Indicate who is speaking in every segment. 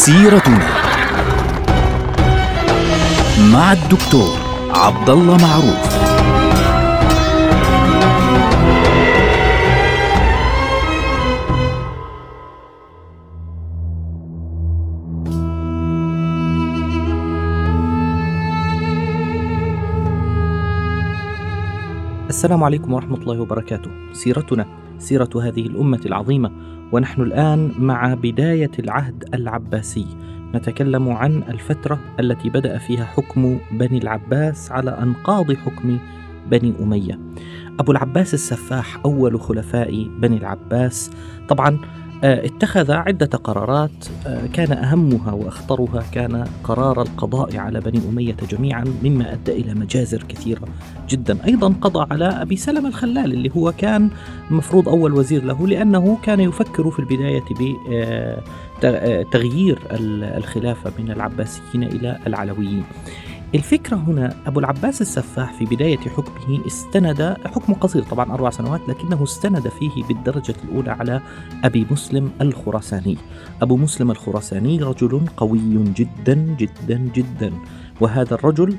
Speaker 1: سيرتنا مع الدكتور عبد الله معروف.
Speaker 2: السلام عليكم ورحمة الله وبركاته. سيرتنا سيرة هذه الأمة العظيمة، ونحن الآن مع بداية العهد العباسي. نتكلم عن الفترة التي بدأ فيها حكم بني العباس على أنقاض حكم بني أمية. أبو العباس السفاح أول خلفاء بني العباس طبعا اتخذ عدة قرارات، كان أهمها وأخطرها كان قرار القضاء على بني أمية جميعا، مما أدى إلى مجازر كثيرة جدا. أيضا قضى على أبي سلمة الخلال اللي هو كان مفروض أول وزير له، لأنه كان يفكر في البداية بتغيير الخلافة من العباسيين إلى العلويين. الفكرة هنا أبو العباس السفاح في بداية حكمه استند، حكم قصير طبعا 4 سنوات، لكنه استند فيه بالدرجة الأولى على أبي مسلم الخراساني. أبو مسلم الخراساني رجل قوي جدا جدا جدا، وهذا الرجل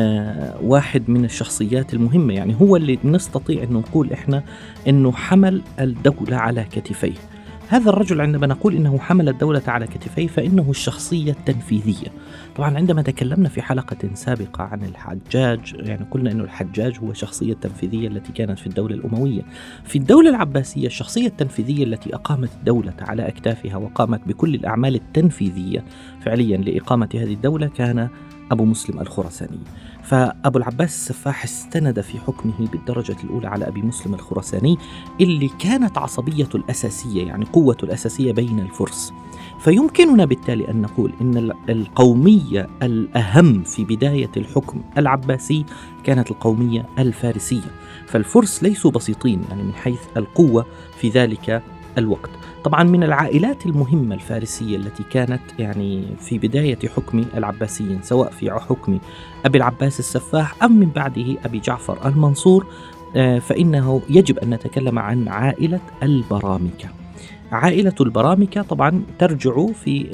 Speaker 2: واحد من الشخصيات المهمة، يعني هو اللي نستطيع أن نقول إحنا أنه حمل الدولة على كتفيه. هذا الرجل عندما نقول إنه حمل الدولة على كتفيه فإنه الشخصية التنفيذية. طبعا عندما تكلمنا في حلقة سابقة عن الحجاج، يعني قلنا إنه الحجاج هو الشخصية التنفيذية التي كانت في الدولة الأموية. في الدولة العباسية الشخصية التنفيذية التي أقامت الدولة على أكتافها وقامت بكل الأعمال التنفيذية فعليا لإقامة هذه الدولة كان أبو مسلم الخراساني. فأبو العباس السفاح استند في حكمه بالدرجة الأولى على أبي مسلم الخراساني، اللي كانت عصبية الأساسية، يعني قوة الأساسية بين الفرس. فيمكننا بالتالي أن نقول إن القومية الأهم في بداية الحكم العباسي كانت القومية الفارسية. فالفرس ليسوا بسيطين يعني من حيث القوة في ذلك الوقت. طبعا من العائلات المهمة الفارسية التي كانت يعني في بداية حكم العباسيين، سواء في حكم أبي العباس السفاح أم من بعده أبي جعفر المنصور، فإنه يجب أن نتكلم عن عائلة البرامكة. عائلة البرامكة طبعا ترجع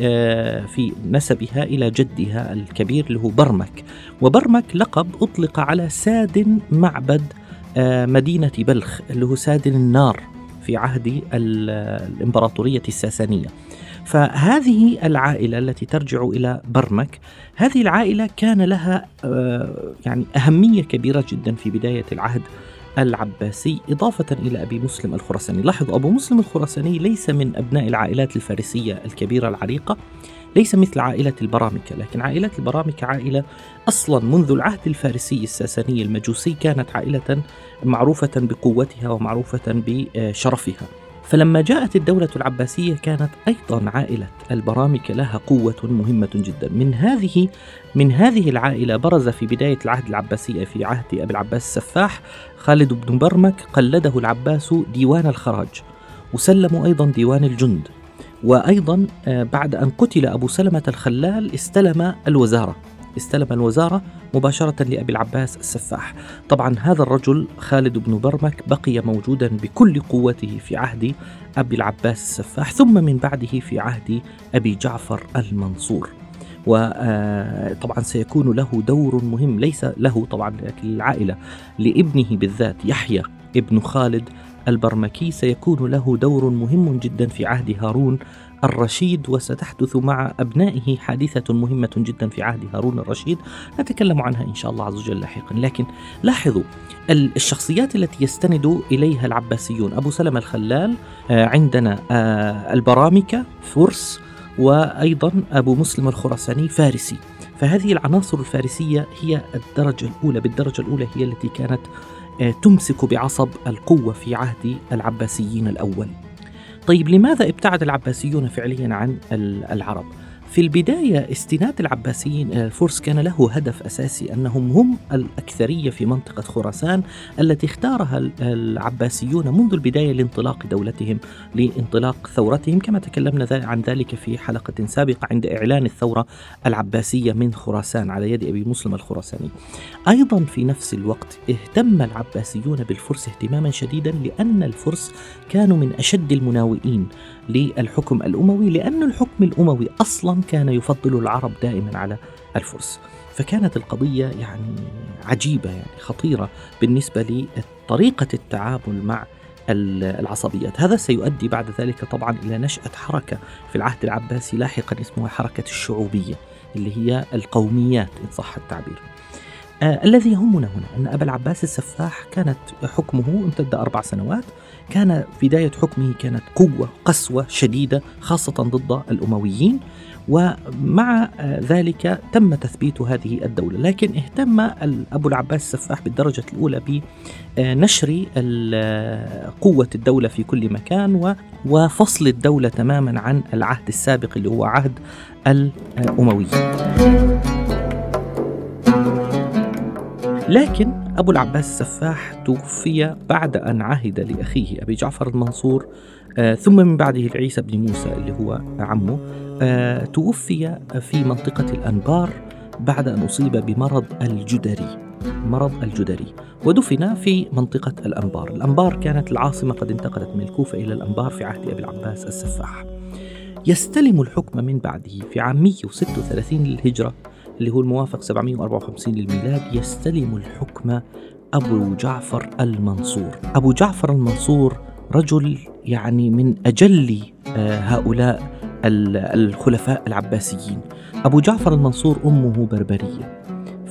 Speaker 2: في نسبها إلى جدها الكبير اللي هو برمك، وبرمك لقب أطلق على سادن معبد مدينة بلخ اللي هو سادن النار في عهد الإمبراطورية الساسانية. فهذه العائلة التي ترجع إلى برمك، هذه العائلة كان لها يعني أهمية كبيرة جدا في بداية العهد العباسي، إضافة إلى أبي مسلم الخراساني. لاحظوا أبو مسلم الخراساني ليس من أبناء العائلات الفارسية الكبيرة العريقة، ليس مثل عائلة البرامكة، لكن عائلة البرامكة عائلة أصلا منذ العهد الفارسي الساساني المجوسي كانت عائلة معروفة بقوتها ومعروفة بشرفها. فلما جاءت الدولة العباسية كانت أيضا عائلة البرامكة لها قوة مهمة جدا. من هذه العائلة برز في بداية العهد العباسي في عهد أبي العباس السفاح خالد بن برمك، قلده العباس ديوان الخراج، وسلموا أيضا ديوان الجند، وأيضا بعد أن قتل أبو سلمة الخلال استلم الوزارة مباشرة لأبي العباس السفاح. طبعا هذا الرجل خالد بن برمك بقي موجودا بكل قوته في عهد أبي العباس السفاح، ثم من بعده في عهد أبي جعفر المنصور. وطبعا سيكون له دور مهم، ليس له طبعا لكن العائلة، لابنه بالذات يحيى ابن خالد البرمكي سيكون له دور مهم جدا في عهد هارون الرشيد، وستحدث مع أبنائه حادثة مهمة جدا في عهد هارون الرشيد نتكلم عنها إن شاء الله عز وجل لاحقا. لكن لاحظوا الشخصيات التي يستند إليها العباسيون: أبو سلمة الخلال، عندنا البرامكة فرس، وأيضا أبو مسلم الخراساني فارسي. فهذه العناصر الفارسية هي بالدرجة الأولى هي التي كانت تمسك بعصب القوة في عهد العباسيين الأول. طيب لماذا ابتعد العباسيون فعليا عن العرب؟ في البداية استناد العباسيين إلى الفرس كان له هدف أساسي، أنهم هم الأكثرية في منطقة خراسان التي اختارها العباسيون منذ البداية لانطلاق دولتهم، لانطلاق ثورتهم، كما تكلمنا عن ذلك في حلقة سابقة عند إعلان الثورة العباسية من خراسان على يد أبي مسلم الخراساني. أيضا في نفس الوقت اهتم العباسيون بالفرس اهتماما شديدا، لأن الفرس كانوا من أشد المناوئين للحكم الأموي، لأن الحكم الأموي أصلا الإسلام كان يفضل العرب دائما على الفرس، فكانت القضية يعني عجيبة، يعني خطيرة بالنسبة لطريقة التعامل مع العصبيات. هذا سيؤدي بعد ذلك طبعا إلى نشأة حركة في العهد العباسي لاحقا اسمها حركة الشعوبية، اللي هي القوميات إن صح التعبير. الذي يهمنا هنا أن أبا العباس السفاح كانت حكمه امتد 4 سنوات. كان بداية حكمه كانت قوة قسوة شديدة خاصة ضد الأمويين، ومع ذلك تم تثبيت هذه الدولة. لكن اهتم أبو العباس السفاح بالدرجة الأولى بنشر قوة الدولة في كل مكان وفصل الدولة تماما عن العهد السابق اللي هو عهد الأمويين. لكن أبو العباس السفاح توفي بعد أن عهد لأخيه أبي جعفر المنصور، ثم من بعده العيسى بن موسى اللي هو عمه. توفي في منطقة الأنبار بعد أن أصيب بمرض الجدري، ودفن في منطقة الأنبار. الأنبار كانت العاصمة، قد انتقلت من الكوفة إلى الأنبار في عهد أبي العباس السفاح. يستلم الحكم من بعده في عام 136 للهجرة اللي هو الموافق 754 للميلاد. يستلم الحكم أبو جعفر المنصور. أبو جعفر المنصور رجل يعني من أجل هؤلاء الخلفاء العباسيين. أبو جعفر المنصور أمه بربرية،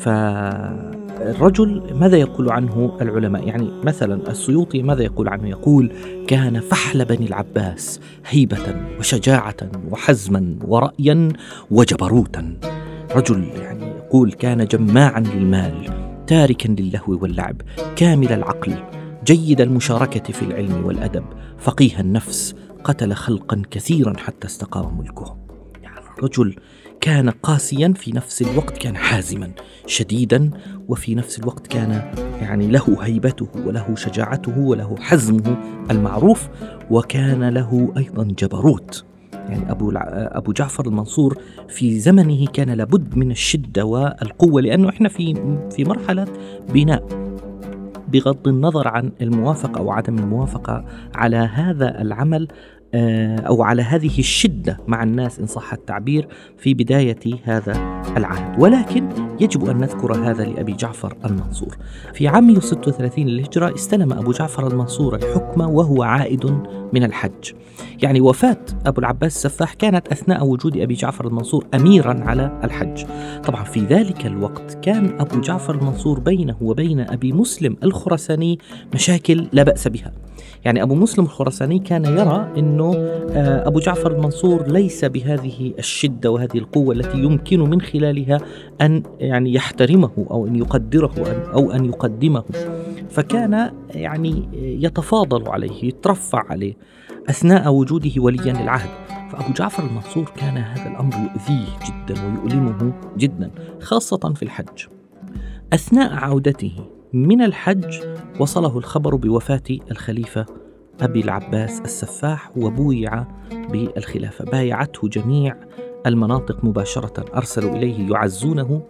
Speaker 2: فالرجل ماذا يقول عنه العلماء؟ يعني مثلا السيوطي ماذا يقول عنه؟ يقول: كان فحل بني العباس هيبة وشجاعة وحزما ورأيا وجبروتا. رجل يعني يقول كان جماعا للمال، تاركا للهو واللعب، كامل العقل، جيد المشاركة في العلم والأدب، فقيه النفس، قتل خلقا كثيرا حتى استقام ملكه. يعني الرجل كان قاسيا، في نفس الوقت كان حازما شديدا، وفي نفس الوقت كان يعني له هيبته وله شجاعته وله حزمه المعروف، وكان له أيضا جبروت. يعني أبو جعفر المنصور في زمنه كان لابد من الشدة والقوة، لأنه إحنا في مرحلة بناء، بغض النظر عن الموافقة أو عدم الموافقة على هذا العمل أو على هذه الشدة مع الناس إن صح التعبير في بداية هذا العهد. ولكن يجب أن نذكر هذا لأبي جعفر المنصور. في عام 136 للهجرة استلم أبو جعفر المنصور الحكم وهو عائد من الحج. يعني وفاة أبو العباس السفاح كانت أثناء وجود أبي جعفر المنصور أميرا على الحج. طبعا في ذلك الوقت كان أبو جعفر المنصور بينه وبين أبي مسلم الخراساني مشاكل لا بأس بها. يعني أبو مسلم الخراساني كان يرى أنه أبو جعفر المنصور ليس بهذه الشدة وهذه القوة التي يمكن من خلالها أن يعني يحترمه أو أن يقدره أو أن يقدمه، فكان يعني يتفاضل عليه، يترفع عليه أثناء وجوده وليا للعهد. فأبو جعفر المنصور كان هذا الأمر يؤذيه جدا ويؤلمه جدا، خاصة في الحج. أثناء عودته من الحج وصله الخبر بوفاة الخليفة أبي العباس السفاح وبويع بالخلافة. بايعته جميع المناطق مباشرة، أرسلوا إليه يعزونه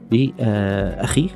Speaker 2: بأخيه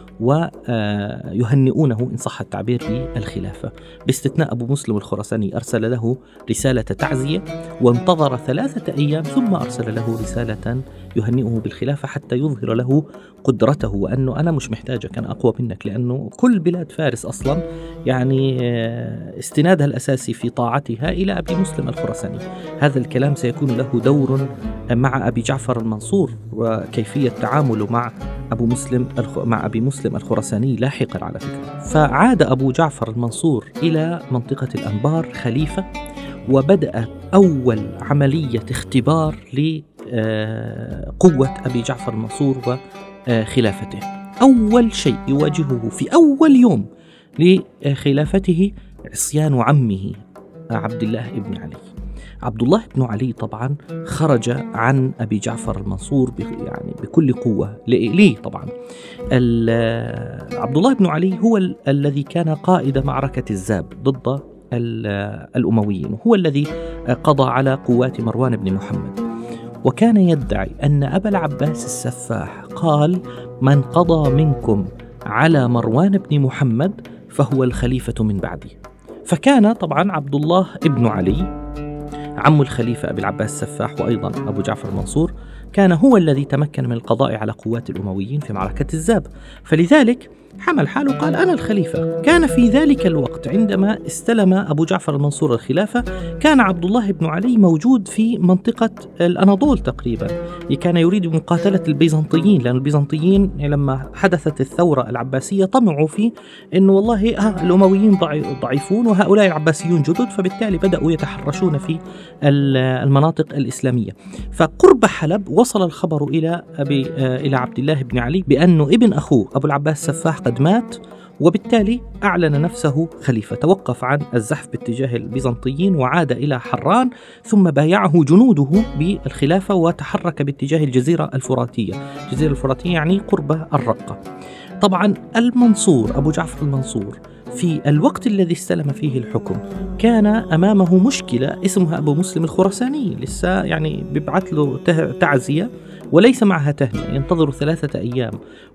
Speaker 2: ويهنئونه إن صح التعبير بالخلافة، باستثناء أبو مسلم الخراساني أرسل له رسالة تعزية وانتظر 3 أيام ثم أرسل له رسالة يهنئه بالخلافة حتى يظهر له قدرته وأنه أنا مش محتاجة، كان أقوى منك، لأنه كل بلاد فارس أصلا يعني استنادها الأساسي في طاعتها إلى أبي مسلم الخراساني. هذا الكلام سيكون له دور مع أبي جعفر المنصور وكيفية تعامله مع أبي مسلم الخراساني لاحقا على فكرة. فعاد أبو جعفر المنصور إلى منطقة الأنبار خليفة، وبدأ أول عملية اختبار لقوة أبي جعفر المنصور وخلافته. أول شيء يواجهه في أول يوم لخلافته عصيان عمه عبد الله بن علي. عبد الله بن علي طبعا خرج عن أبي جعفر المنصور يعني بكل قوة. ليه؟ طبعا عبد الله بن علي هو الذي كان قائد معركة الزاب ضد الأمويين، وهو الذي قضى على قوات مروان بن محمد، وكان يدعي أن أبا العباس السفاح قال: من قضى منكم على مروان بن محمد فهو الخليفة من بعدي. فكان طبعا عبد الله بن علي عم الخليفة أبي العباس السفاح وأيضا أبو جعفر المنصور، كان هو الذي تمكن من القضاء على قوات الأمويين في معركة الزاب، فلذلك حمل حاله قال أنا الخليفة. كان في ذلك الوقت عندما استلم أبو جعفر المنصور الخلافة كان عبد الله بن علي موجود في منطقة الأناضول تقريبا، كان يريد مقاتلة البيزنطيين، لأن البيزنطيين لما حدثت الثورة العباسية طمعوا في أنه والله الأمويين ضعيفون وهؤلاء العباسيون جدد، فبالتالي بدأوا يتحرشون في المناطق الإسلامية. فقرب حلب وصل الخبر إلى عبد الله بن علي بأنه ابن أخوه أبو العباس السفاح قد مات، وبالتالي أعلن نفسه خليفة، توقف عن الزحف باتجاه البيزنطيين وعاد إلى حران، ثم بايعه جنوده بالخلافة وتحرك باتجاه الجزيرة الفراتية. الجزيرة الفراتية يعني قرب الرقة. طبعا المنصور أبو جعفر المنصور في الوقت الذي استلم فيه الحكم كان أمامه مشكلة اسمها أبو مسلم الخراساني، لسه يعني بيبعث له تعزية وليس معها تهنئة، ينتظر 3 أيام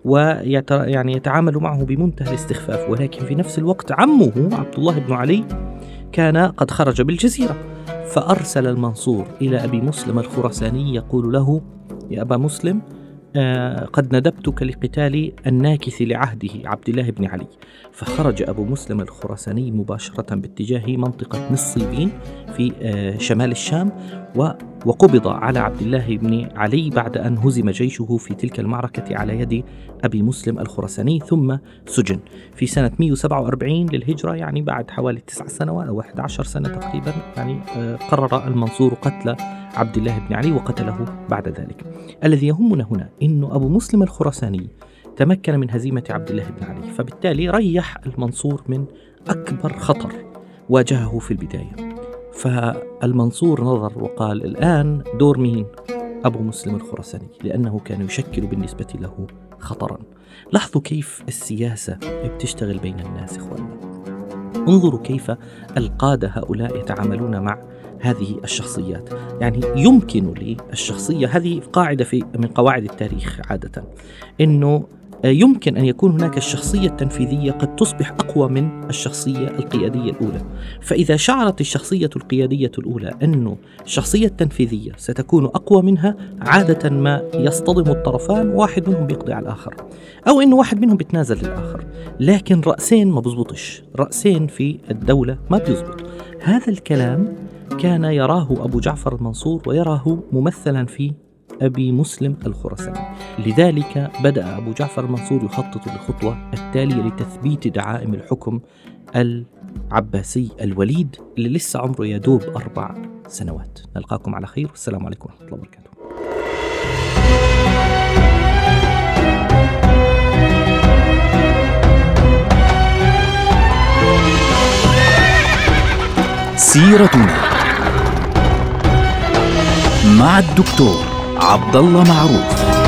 Speaker 2: يتعامل معه بمنتهى الاستخفاف، ولكن في نفس الوقت عمه عبد الله بن علي كان قد خرج بالجزيرة، فأرسل المنصور إلى أبي مسلم الخراساني يقول له يا أبا مسلم قد ندبتك لقتال الناكث لعهده عبد الله بن علي. فخرج أبو مسلم الخراساني مباشرة باتجاه منطقة نصيبين في شمال الشام، وقبض على عبد الله بن علي بعد أن هزم جيشه في تلك المعركة على يد أبي مسلم الخراساني، ثم سجن في سنة 147 للهجرة، يعني بعد حوالي 9 سنوات أو 11 سنة تقريبا. يعني قرر المنصور قتل عبد الله بن علي وقتله بعد ذلك. الذي يهمنا هنا إنه أبو مسلم الخراساني تمكن من هزيمة عبد الله بن علي، فبالتالي ريح المنصور من أكبر خطر واجهه في البداية. فالمنصور نظر وقال الآن دور مين؟ أبو مسلم الخراساني، لأنه كان يشكل بالنسبة له خطرا. لاحظوا كيف السياسة بتشتغل بين الناس إخواننا. انظروا كيف القادة هؤلاء يتعاملون مع هذه الشخصيات. يعني يمكن للشخصية، هذه قاعدة من قواعد التاريخ عادة، إنه يمكن أن يكون هناك الشخصية التنفيذية قد تصبح أقوى من الشخصية القيادية الأولى. فإذا شعرت الشخصية القيادية الأولى أنه الشخصية التنفيذية ستكون أقوى منها، عادة ما يصطدم الطرفان، واحد منهم بيقضي على الآخر، أو أنه واحد منهم بيتنازل للآخر. لكن رأسين ما بيزبطش، رأسين في الدولة ما بيزبط. هذا الكلام كان يراه أبو جعفر المنصور ويراه ممثلا في أبي مسلم الخراساني. لذلك بدأ أبو جعفر المنصور يخطط للخطوة التالية لتثبيت دعائم الحكم العباسي الوليد اللي لسه عمره يدوب 4 سنوات. نلقاكم على خير، والسلام عليكم ورحمة الله وبركاته.
Speaker 1: سيرتنا مع الدكتور عبد الله معروف.